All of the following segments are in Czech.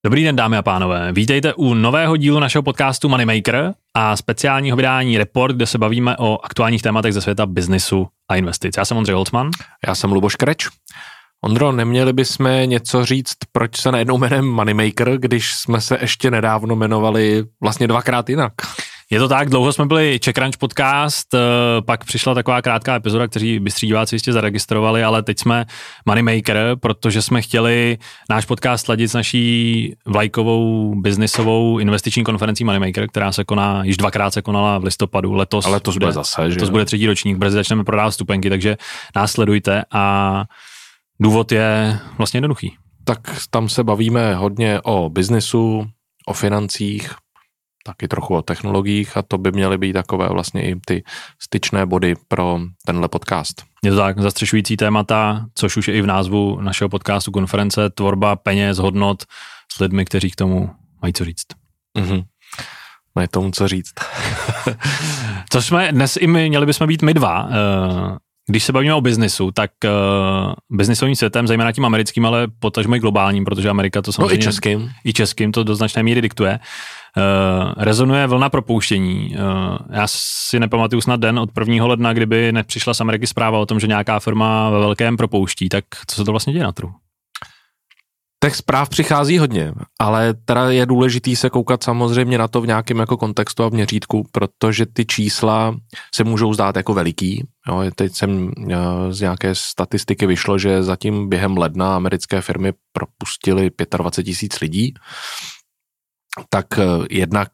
Dobrý den, dámy a pánové. Vítejte u nového dílu našeho podcastu Moneymaker a speciálního vydání Report, kde se bavíme o aktuálních tématech ze světa biznisu a investic. Já jsem Ondřej Holcman. Já jsem Luboš Kreč. Ondro, neměli bychom něco říct, proč se najednou jmenujeme Moneymaker, když jsme se ještě nedávno jmenovali vlastně dvakrát jinak? Je to tak, dlouho jsme byli Czech Crunch podcast, pak přišla taková krátká epizoda, kteří bystří diváci jistě zaregistrovali, ale teď jsme Moneymaker, protože jsme chtěli náš podcast sladit s naší vlajkovou biznisovou investiční konferencí Moneymaker, která se koná, již dvakrát se konala v listopadu letos. Ale to bude zase, že? To bude 3. ročník, brzy začneme prodávat vstupenky, takže nás sledujte a důvod je vlastně jednoduchý. Tak tam se bavíme hodně o biznisu, o financích, taky trochu o technologiích a to by měly být takové vlastně i ty styčné body pro tenhle podcast. Je to tak, zastřešující témata, což už je i v názvu našeho podcastu konference, tvorba peněz, hodnot s lidmi, kteří k tomu mají co říct. Mhm. Mají tomu co říct. Co jsme dnes i my, měli bychom být my dva. Když se bavíme o biznisu, tak biznisovým světem, zejména tím americkým, ale potažmo i globálním, protože Amerika to samozřejmě... No i českým to do značné míry diktuje. Rezonuje vlna propouštění. Já si nepamatuju snad den od 1. ledna, kdyby nepřišla z Ameriky zpráva o tom, že nějaká firma ve velkém propouští, tak co se to vlastně děje na trhu? Těch zpráv přichází hodně, ale teda je důležitý se koukat samozřejmě na to v nějakém jako kontextu a v měřítku, protože ty čísla se můžou zdát jako veliký. Jo, teď jsem z nějaké statistiky vyšlo, že zatím během ledna americké firmy propustily 25 000 lidí, tak jednak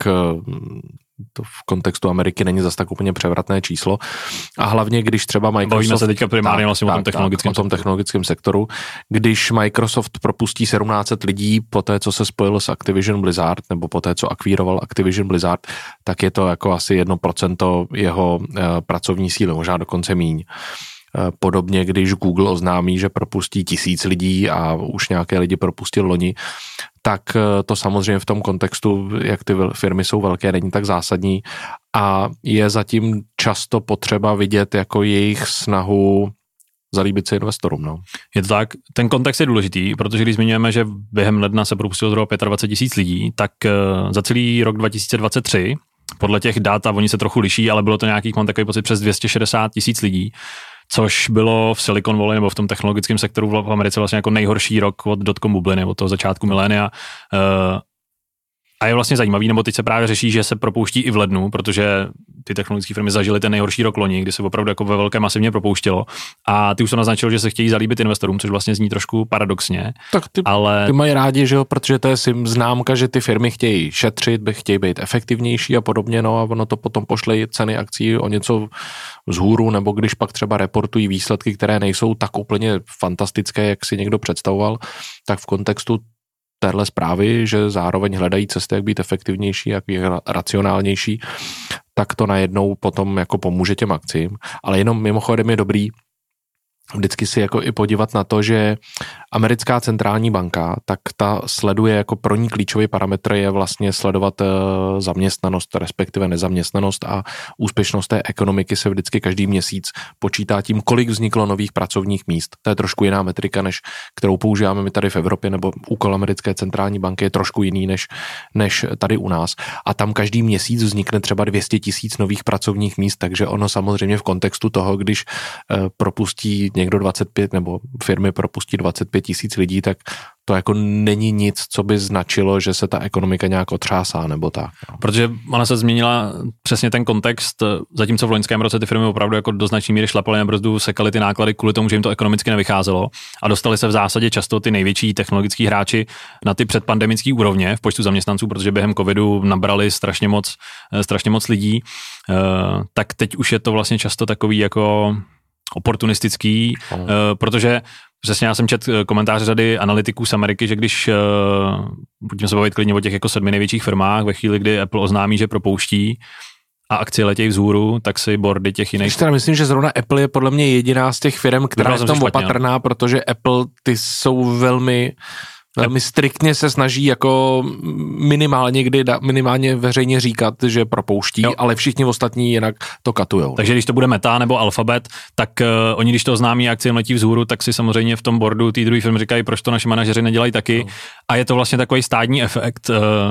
to v kontextu Ameriky není zas tak úplně převratné číslo. A hlavně, když třeba Microsoft... Bavíme se teďka primárně vlastně o tom technologickém sektoru. Když Microsoft propustí 1700 lidí po té, co se spojil s Activision Blizzard, nebo po té, co akvíroval Activision Blizzard, tak je to jako asi 1% jeho pracovní síly, možná dokonce míň. Podobně, když Google oznámí, že propustí 1000 lidí a už nějaké lidi propustil loni, tak to samozřejmě v tom kontextu, jak ty firmy jsou velké, není tak zásadní a je zatím často potřeba vidět jako jejich snahu zalíbit se investorům. No. Je to tak, ten kontext je důležitý, protože když zmiňujeme, že během ledna se propustilo zhruba 25 000 lidí, tak za celý rok 2023, podle těch dat, a oni se trochu liší, ale bylo to nějaký, mám takový pocit, přes 260 000 lidí, což bylo v Silicon Valley nebo v tom technologickém sektoru v Americe vlastně jako nejhorší rok od dotcom bubliny, od toho začátku milénia. A je vlastně zajímavý, nebo teď se právě řeší, že se propouští i v lednu, protože ty technologické firmy zažily ten nejhorší rok loni, kdy se opravdu jako ve velké masivně propouštělo. A ty už to naznačil, že se chtějí zalíbit investorům, což vlastně zní trošku paradoxně. Tak ty mají rádi, že jo, protože to je známka, že ty firmy chtějí šetřit, chtějí být efektivnější a podobně, no a ono to potom pošle ceny akcí o něco vzhůru, nebo když pak třeba reportují výsledky, které nejsou tak úplně fantastické, jak si někdo představoval, tak v kontextu téhle zprávy, že zároveň hledají cesty, jak být efektivnější, jak být racionálnější, tak to najednou potom jako pomůže těm akcím. Ale jenom mimochodem je dobrý vždycky si jako i podívat na to, že americká centrální banka, tak ta sleduje jako pro ní klíčový parametr je vlastně sledovat zaměstnanost, respektive nezaměstnanost a úspěšnost té ekonomiky se vždycky každý měsíc počítá tím, kolik vzniklo nových pracovních míst. To je trošku jiná metrika, než kterou používáme my tady v Evropě, nebo úkol americké centrální banky je trošku jiný než tady u nás. A tam každý měsíc vznikne třeba 200 000 nových pracovních míst, takže ono samozřejmě v kontextu toho, když propustí někdo 25 nebo firmy propustí 25 000 lidí, tak to jako není nic, co by značilo, že se ta ekonomika nějak otřásá nebo tak. No. Protože ona se změnila přesně ten kontext, zatímco v loňském roce ty firmy opravdu jako do značné míry šlapaly na brzdu, sekaly ty náklady kvůli tomu, že jim to ekonomicky nevycházelo a dostali se v zásadě často ty největší technologický hráči na ty předpandemické úrovně v počtu zaměstnanců, protože během covidu nabrali strašně moc lidí, tak teď už je to vlastně často takový jako oportunistický, protože přesně já jsem četl komentáře řady analytiků z Ameriky, že když budeme se bavit klidně o těch jako 7 největších firmách, ve chvíli, kdy Apple oznámí, že propouští a akcie letějí vzhůru, tak si boardy těch jiných... Teda myslím, že zrovna Apple je podle mě jediná z těch firm, která je v tom opatrná, protože Apple ty jsou velmi velmi striktně se snaží jako minimálně veřejně říkat, že propouští, ale všichni ostatní jinak to katujou. Takže když to bude Meta nebo Alphabet, tak oni, když to oznámí, akcie jim letí vzhůru, tak si samozřejmě v tom boardu té druhé firmy říkají, proč to naši manažeři nedělají taky. A je to vlastně takový stádní efekt,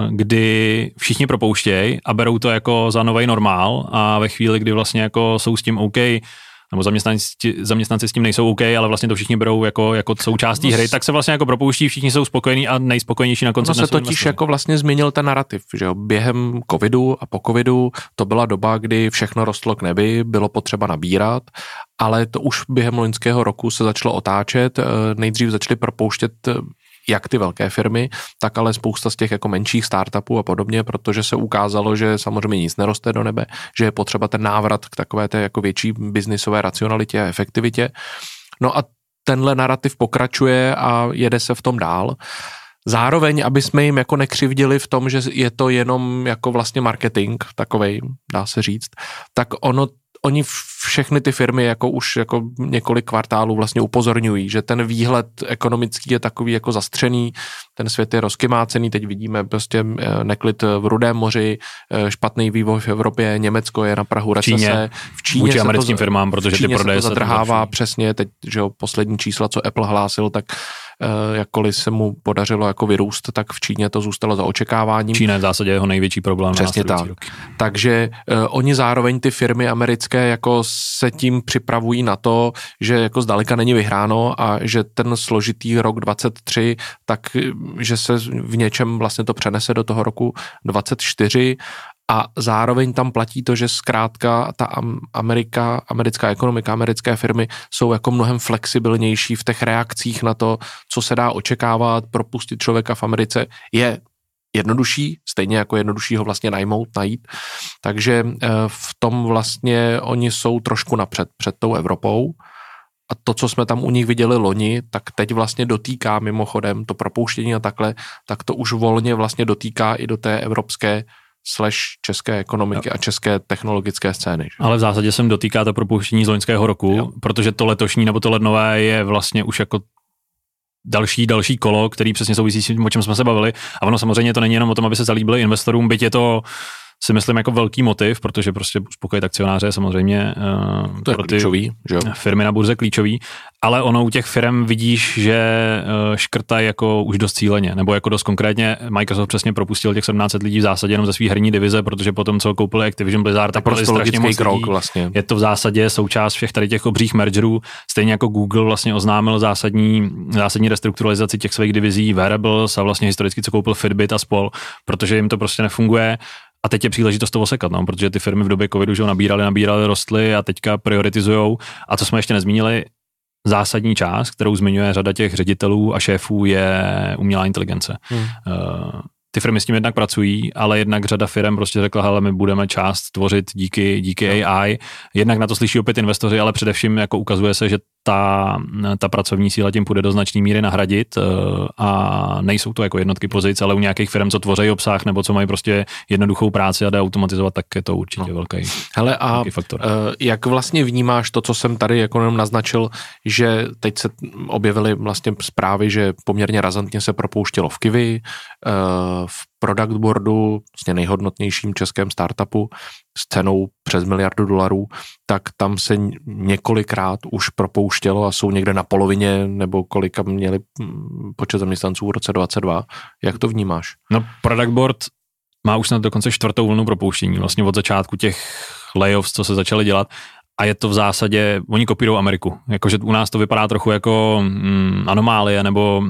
kdy všichni propouštějí a berou to jako za nový normál a ve chvíli, kdy vlastně jako jsou s tím OK, nebo zaměstnanci s tím nejsou OK, ale vlastně to všichni berou jako součástí hry, tak se vlastně jako propouští, všichni jsou spokojení a nejspokojenější na konci. No se totiž jako vlastně změnil ten narrativ, že jo, během covidu a po covidu to byla doba, kdy všechno rostlo k nebi, bylo potřeba nabírat, ale to už během loňského roku se začalo otáčet, nejdřív začali propouštět jak ty velké firmy, tak ale spousta z těch jako menších startupů a podobně, protože se ukázalo, že samozřejmě nic neroste do nebe, že je potřeba ten návrat k takové té jako větší biznisové racionalitě a efektivitě. No a tenhle narrativ pokračuje a jede se v tom dál. Zároveň, aby jsme jim jako nekřivdili v tom, že je to jenom jako vlastně marketing takovej, dá se říct, tak oni všechny ty firmy jako už jako několik kvartálů vlastně upozorňují, že ten výhled ekonomický je takový jako zastřený, ten svět je rozkymácený, teď vidíme prostě neklid v Rudém moři, špatný vývoj v Evropě, Německo je na prahu recese, v Číně vůči americkým firmám, protože ty prodeje se zadrhává přesně, teď, že jo, poslední čísla, co Apple hlásil, tak jakkoliv se mu podařilo jako vyrůst, tak v Číně to zůstalo za očekáváním. Čína je v zásadě jeho největší problém. Přesně tak. Takže oni zároveň ty firmy americké jako se tím připravují na to, že jako zdaleka není vyhráno a že ten složitý rok 23, tak že se v něčem vlastně to přenese do toho roku 24 a zároveň tam platí to, že zkrátka ta americká ekonomika, americké firmy jsou jako mnohem flexibilnější v těch reakcích na to, co se dá očekávat, propustit člověka v Americe je jednodušší, stejně jako jednodušší ho vlastně najít. Takže v tom vlastně oni jsou trošku napřed před tou Evropou. A to, co jsme tam u nich viděli loni, tak teď vlastně dotýká mimochodem to propouštění a takhle, tak to už volně vlastně dotýká i do té evropské české ekonomiky a české technologické scény. Že? Ale v zásadě se dotýká to propouštění z loňského roku, protože to letošní nebo to lednové je vlastně už jako další kolo, který přesně souvisí s tím, o čem jsme se bavili. A ono samozřejmě to není jenom o tom, aby se zalíbili investorům, byť je to, si myslím, jako velký motiv, protože prostě uspokojit akcionáře je samozřejmě to pro ty klíčový, že jo? Firmy na burze klíčový, ale ono u těch firm vidíš, že škrtají jako už dost cíleně, nebo jako dost konkrétně Microsoft přesně propustil těch 1700 lidí v zásadě jenom ze svý herní divize, protože potom, co koupili Activision Blizzard, tak prostě strašně moc lidí. Vlastně. Je to v zásadě součást všech tady těch obřích mergerů, stejně jako Google vlastně oznámil zásadní restrukturalizaci těch svých divizí Wearables a vlastně historicky, co koupil Fitbit a spol, protože jim to prostě nefunguje. A teď je příležitost to osekat, no, protože ty firmy v době covidu že nabírali, rostly a teďka prioritizujou. A co jsme ještě nezmínili, zásadní část, kterou zmiňuje řada těch ředitelů a šéfů, je umělá inteligence. Ty firmy s tím jednak pracují, ale jednak řada firm prostě řekla, hele, my budeme část tvořit díky AI. Jednak na to slyší opět investoři, ale především jako ukazuje se, že ta pracovní síla tím půjde do značné míry nahradit a nejsou to jako jednotky pozic, ale u nějakých firm, co tvoří obsah nebo co mají prostě jednoduchou práci a jde automatizovat, tak je to určitě velký faktor. Jak vlastně vnímáš to, co jsem tady jako jenom naznačil, že teď se objevily vlastně zprávy, že poměrně razantně se propouštělo v Kiwi, v Product Boardu, vlastně nejhodnotnějším českém startupu s cenou přes $1 miliardu, tak tam se několikrát už propouštělo a jsou někde na polovině, nebo kolika měli počet zaměstnanců v roce 2022. Jak to vnímáš? No, Product Board má už snad dokonce 4. vlnu propouštění, vlastně od začátku těch layoffs, co se začaly dělat. A je to v zásadě, oni kopírují Ameriku. Jakože u nás to vypadá trochu jako anomálie, nebo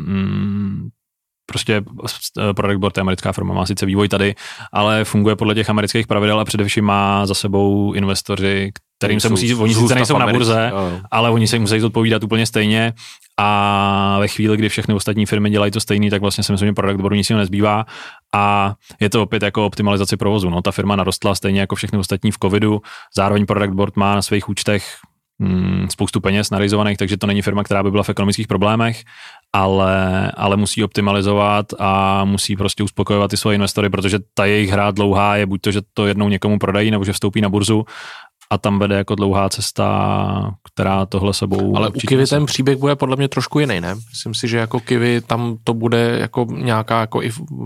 prostě Product Board je americká firma, má sice vývoj tady, ale funguje podle těch amerických pravidel a především má za sebou investoři, kterým se musí, oni sice nejsou na burze, ale oni se musí zodpovídat úplně stejně a ve chvíli, kdy všechny ostatní firmy dělají to stejný, tak vlastně si myslím, že Product Boardu nic jiného nezbývá a je to opět jako optimalizace provozu. No, ta firma narostla stejně jako všechny ostatní v covidu, zároveň Product Board má na svých účtech spoustu peněz narizovaných, takže to není firma, která by byla v ekonomických problémech, ale musí optimalizovat a musí prostě uspokojovat ty svoje investory, protože ta jejich hra dlouhá je buď to, že to jednou někomu prodají, nebo že vstoupí na burzu a tam vede jako dlouhá cesta, která tohle sebou... Ale u Kiwi ten příběh bude podle mě trošku jiný, ne? Myslím si, že jako Kiwi tam to bude jako nějaká jako i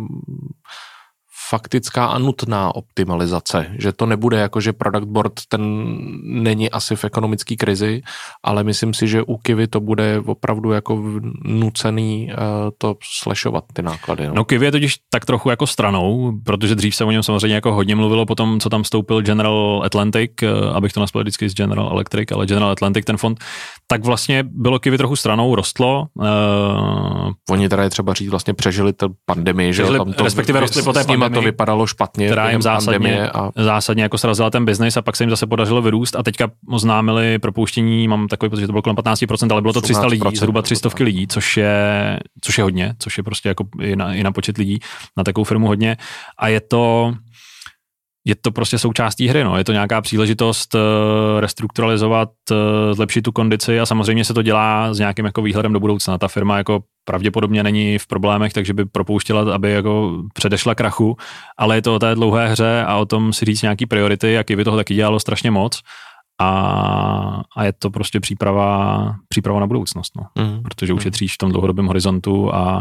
faktická a nutná optimalizace, že to nebude jako, že product board ten není asi v ekonomické krizi, ale myslím si, že u Kiwi to bude opravdu jako nucený to slashovat ty náklady. No Kiwi je totiž tak trochu jako stranou, protože dřív se o něm samozřejmě jako hodně mluvilo potom, co tam vstoupil General Atlantic, abych to naspěl vždycky z General Electric, ale General Atlantic, ten fond, tak vlastně bylo Kiwi trochu stranou, rostlo. Oni teda je třeba říct, vlastně přežili tu pandemii, že tam to, respektive rostli po té pandemii, to vypadalo špatně, která jim zásadně jako srazila ten biznis a pak se jim zase podařilo vyrůst a teďka oznámili propouštění, mám takový pocit, že to bylo kolem 15%, ale bylo to 300 lidí, zhruba 300 lidí, což je hodně, což je prostě jako i na počet lidí, na takovou firmu hodně a je to prostě součástí hry, no. Je to nějaká příležitost restrukturalizovat, zlepšit tu kondici a samozřejmě se to dělá s nějakým jako výhledem do budoucna. Ta firma jako pravděpodobně není v problémech, takže by propouštěla, aby jako předešla krachu, ale je to o té dlouhé hře a o tom si říct nějaký priority, jaký by toho taky dělalo strašně moc a je to prostě příprava na budoucnost, no. Protože ušetříš v tom dlouhodobém horizontu a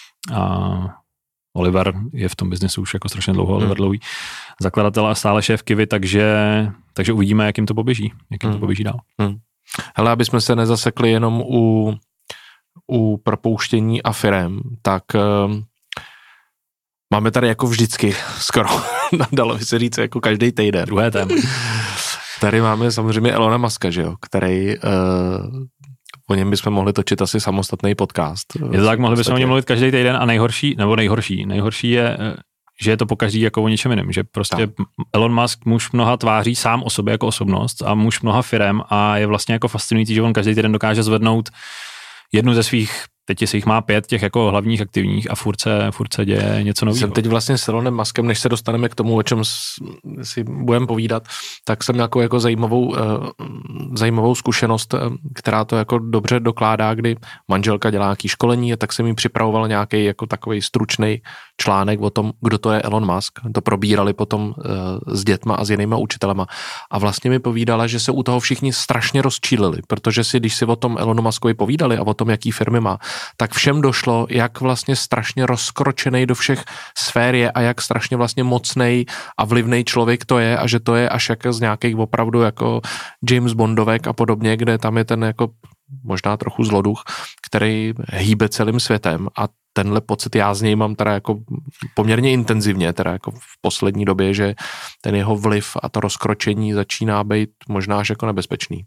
Oliver je v tom biznesu už jako strašně dlouho, Oliver Dlouhý, zakladatel a stále šéf Kiwi, takže uvidíme, jak jim to poběží, dál. Hele, aby jsme se nezasekli jenom u propouštění a firem, tak máme tady jako vždycky skoro, dalo by se říct, jako každý týden. Druhé téma. Tady máme samozřejmě Elona Muska, že jo, který... O něm bychom mohli točit asi samostatný podcast. Je to tak, mohli bychom o něm mluvit každý týden a nejhorší je, že je to pokaždý jako o něčem jiném, že prostě Elon Musk muž mnoha tváří sám o sobě jako osobnost a muž mnoha firem a je vlastně jako fascinující, že on každý týden dokáže zvednout jednu ze svých, teď si jich má 5 těch jako hlavních aktivních a furt se děje něco nového. Jsem teď vlastně s Elonem Muskem, než se dostaneme k tomu, o čem si budeme povídat, tak jsem nějakou jako zajímavou zkušenost, která to jako dobře dokládá, kdy manželka dělá nějaký školení a tak jsem jí připravoval nějaký jako takovej stručný článek o tom, kdo to je Elon Musk. To probírali potom s dětma a s jinýma učitelema a vlastně mi povídala, že se u toho všichni strašně rozčílili, protože když si o tom Elonu Muskovi povídali a o tom, jaký firmy má, tak všem došlo, jak vlastně strašně rozkročený do všech sfér je a jak strašně vlastně mocnej a vlivnej člověk to je a že to je až jako z nějakých opravdu jako James Bondovek a podobně, kde tam je ten jako možná trochu zloduch, který hýbe celým světem a tenhle pocit já z něj mám teda jako poměrně intenzivně, teda jako v poslední době, že ten jeho vliv a to rozkročení začíná být možná až jako nebezpečný.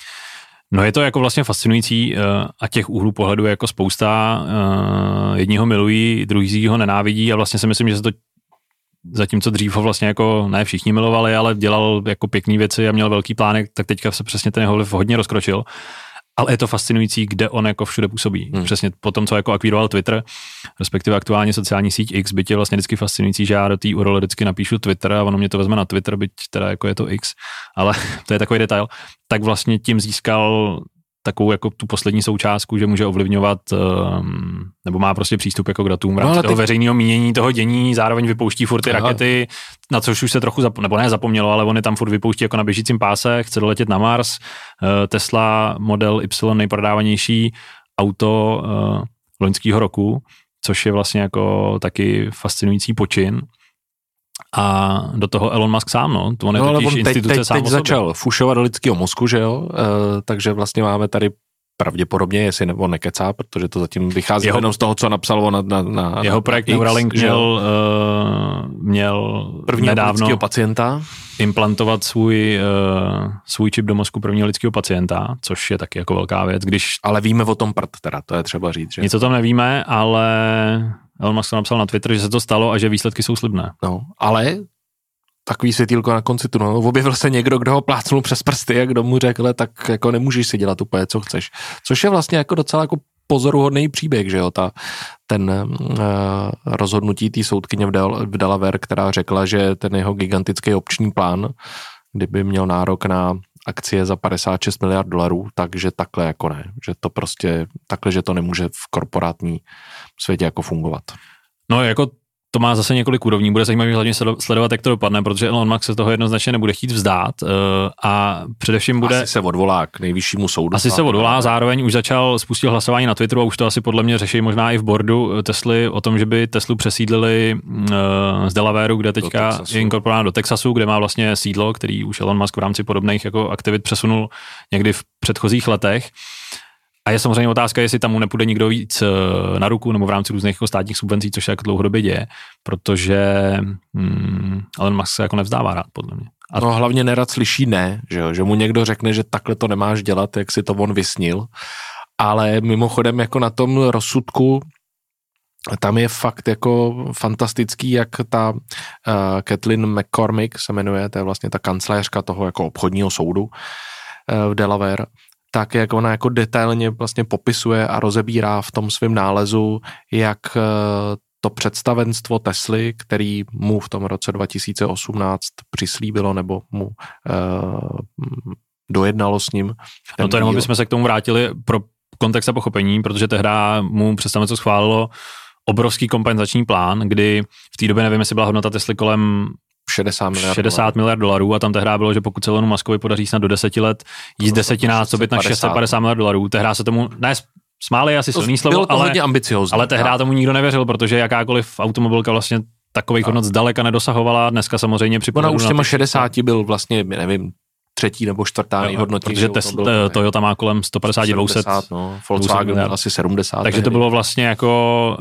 No je to jako vlastně fascinující a těch úhlů pohledu je jako spousta. Jedni ho milují, druhý ho nenávidí a vlastně si myslím, že se to zatímco dřív ho vlastně jako ne všichni milovali, ale dělal jako pěkný věci a měl velký plánek, tak teďka se přesně ten jeho vliv hodně rozkročil. Ale je to fascinující, kde on jako všude působí. Přesně po tom, co jako akvíroval Twitter, respektive aktuálně sociální síť X, byť je vlastně vždycky fascinující, že já do té URL vždycky napíšu Twitter a ono mě to vezme na Twitter, byť teda jako je to X, ale to je takový detail. Tak vlastně tím získal takovou jako tu poslední součástku, že může ovlivňovat, nebo má prostě přístup jako k datům v rámci toho veřejného mínění, toho dění, zároveň vypouští furt ty rakety, na což už se trochu nebo ne zapomnělo, ale on je tam furt vypouští jako na běžícím páse, chce doletět na Mars, Tesla Model Y nejprodávanější auto loňského roku, což je vlastně jako taky fascinující počin. A do toho Elon Musk sám, no. To on je totiž instituce sám o sobě. Teď začal fušovat do lidského mozku, že jo? Takže vlastně máme tady pravděpodobně, jestli nebo nekecá, protože to zatím vychází jenom z toho, co napsal na jeho projekt Neuralink měl prvního lidského pacienta implantovat svůj čip do mozku prvního lidského pacienta, což je taky jako velká věc. Ale víme o tom teda, to je třeba říct. Že? Nic o tom nevíme, ale Elon Musk napsal na Twitter, že se to stalo a že výsledky jsou slibné. No, ale takový světýlko na konci tunelu. Objevil se někdo, kdo ho plácnul přes prsty a kdo mu řekl, tak jako nemůžeš si dělat úplně, co chceš. Což je vlastně jako docela jako pozoruhodný příběh, že jo, ten rozhodnutí té soudkyně v Delaware, která řekla, že ten jeho gigantický opční plán, kdyby měl nárok na akcie za $56 miliard, takže takhle jako ne, že to prostě takhle, že to nemůže v korporátní světě jako fungovat. No jako to má zase několik úrovní, bude zajímavý hlavně sledovat, jak to dopadne, protože Elon Musk se toho jednoznačně nebude chtít vzdát a především bude... Asi se odvolá k nejvyššímu soudu. Asi se odvolá, zároveň už spustil hlasování na Twitteru a už to asi podle mě řeší možná i v boardu Tesly o tom, že by Teslu přesídlili z Delawareu, kde teďka je inkorporována do Texasu, kde má vlastně sídlo, který už Elon Musk v rámci podobných jako aktivit přesunul někdy v předchozích letech. A je samozřejmě otázka, jestli tam mu nepůjde nikdo víc na ruku nebo v rámci různých jako státních subvencí, což se jako dlouhodobě děje, protože Elon Musk se jako nevzdává rád, podle mě. A no hlavně nerad slyší ne, že mu někdo řekne, že takhle to nemáš dělat, jak si to on vysnil. Ale mimochodem jako na tom rozsudku tam je fakt jako fantastický, jak ta Kathleen McCormick se jmenuje, to je vlastně ta kancléřka toho jako obchodního soudu v Delaware, tak jak ona jako detailně vlastně popisuje a rozebírá v tom svém nálezu, jak to představenstvo Tesly, který mu v tom roce 2018 přislíbilo nebo mu dojednalo s ním. No to jenom bychom se k tomu vrátili pro kontext a pochopení, protože tehda mu představenstvo schválilo obrovský kompenzační plán, kdy v té době nevím, jestli byla hodnota Tesly kolem 60 miliard dolarů a tam tehda bylo, že pokud se Elonu Muskovi podaří snad do 10 let jíst desetinásobit na 650 miliard dolarů, tehda se tomu, ne, smáli asi silný slovo, ale tehda tomu nikdo nevěřil, protože jakákoliv automobilka vlastně takových hodnot zdaleka nedosahovala, dneska samozřejmě ona už těma 60 byl vlastně, nevím, třetí nebo čtvrtá nejhodnotnější. Protože Toyota má kolem 150-200. No, Volkswagen asi 70. Takže to bylo vlastně jako,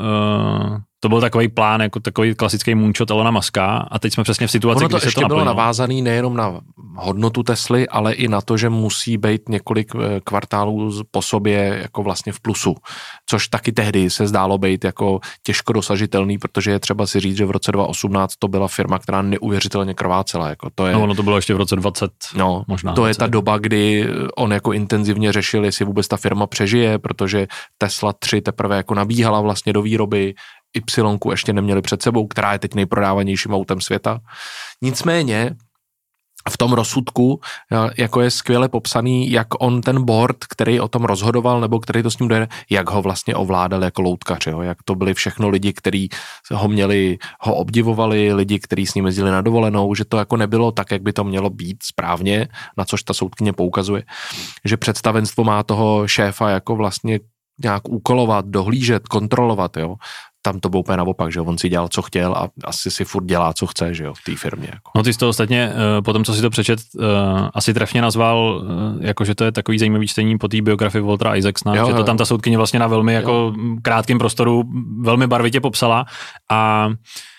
to byl takový plán, jako takový klasický moonshot Elona Muska a teď jsme přesně v situaci, kdy se to naplnilo. Ono to ještě bylo navázaný nejenom na hodnotu Tesly, ale i na to, že musí být několik kvartálů po sobě jako vlastně v plusu, což taky tehdy se zdálo být jako těžko dosažitelný, protože je třeba si říct, že v roce 2018 to byla firma, která neuvěřitelně krvácela. Jako to je, no ono to bylo ještě v roce 20. No, možná. To 20. Je ta doba, kdy on jako intenzivně řešil, jestli vůbec ta firma přežije, protože Tesla 3 teprve jako nabíhala vlastně do výroby, Y ještě neměli před sebou, která je teď nejprodávanějším autem světa. Nicméně v tom rozsudku jako je skvěle popsaný, jak on ten board, který o tom rozhodoval, nebo který to s ním dojde, jak ho vlastně ovládal jako loutkař, jo? Jak to byli všechno lidi, kteří ho obdivovali, lidi, kteří s ním jezdili na dovolenou, že to jako nebylo tak, jak by to mělo být správně, na což ta soudkyně poukazuje, že představenstvo má toho šéfa jako vlastně nějak úkolovat, dohlížet, kontrolovat, jo. Tam to bylo úplně naopak, že on si dělal, co chtěl a asi si furt dělá, co chce, že jo, v té firmě. Jako. No ty jsi to ostatně, po tom, co si to přečet, asi trefně nazval, jako že to je takový zajímavý čtení po té biografii Waltera Isaacsona, že to tam ta soudkyně vlastně na velmi jako krátkém prostoru velmi barvitě popsala a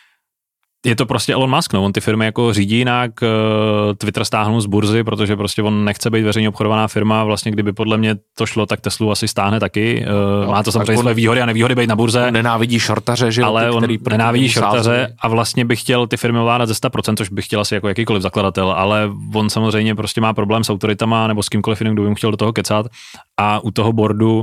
je to prostě Elon Musk, no, on ty firmy jako řídí jinak, Twitter stáhnul z burzy, protože prostě on nechce být veřejně obchodovaná firma, vlastně kdyby podle mě to šlo, tak Teslu asi stáhne taky, má to samozřejmě své výhody a nevýhody být na burze. On nenávidí šortaře, že? Ale on nenávidí šortaře a vlastně by chtěl ty firmy ovládat ze 100%, což by chtěl asi jako jakýkoliv zakladatel, ale on samozřejmě prostě má problém s autoritama nebo s kýmkoliv jiným, kdo by mu chtěl do toho kecat a u toho boardu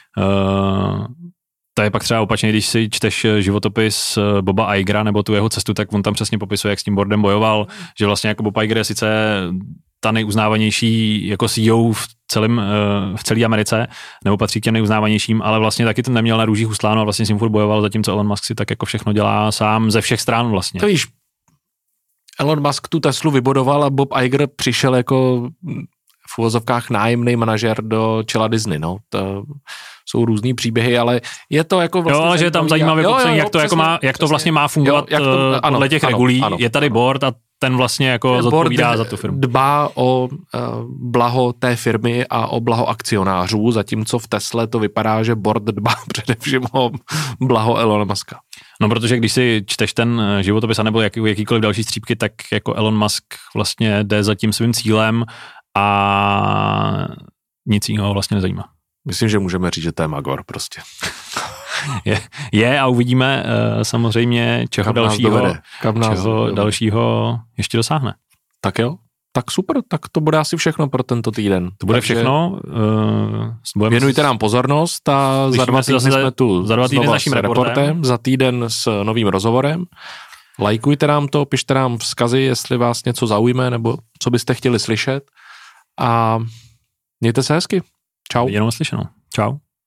to je pak třeba opačně, když si čteš životopis Boba Igera nebo tu jeho cestu, tak on tam přesně popisuje, jak s tím boardem bojoval, že vlastně jako Bob Iger je sice ta nejuznávanější jako CEO v celé Americe, nebo patří k těm nejuznávanějším, ale vlastně taky ten neměl na růžích ustláno a vlastně s ním furt bojoval, zatímco Elon Musk si tak jako všechno dělá sám ze všech stran vlastně. To víš, Elon Musk tu Teslu vybudoval a Bob Iger přišel jako v uvozovkách nájemný manažer do čela Disney, no. To jsou různý příběhy, ale je to jako vlastně... Jo, ale že je tam zajímavé popsání, jak to přesně, jako má, jak to vlastně má fungovat podle těch regulí. Ano, je tady board a ten vlastně jako zodpovídá za tu firmu. Dbá o blaho té firmy a o blaho akcionářů, zatímco v Tesle to vypadá, že board dbá především o blaho Elona Muska. No, protože když si čteš ten životopis anebo jakýkoliv další střípky, tak jako Elon Musk vlastně jde za tím svým cílem a nic jiného vlastně nezajímá. Myslím, že můžeme říct, že to je magor prostě. je a uvidíme samozřejmě, čeho dalšího ještě dosáhne. Tak jo, tak super, tak to bude asi všechno pro tento týden. To bude všechno. Věnujte nám pozornost a za 2 týdny jsme tu za 2 týdny s naším reportem, za týden s novým rozhovorem. Lajkujte nám to, pište nám vzkazy, jestli vás něco zaujme, nebo co byste chtěli slyšet. A mějte se hezky. Čau. Jenom slyšeno. Čau.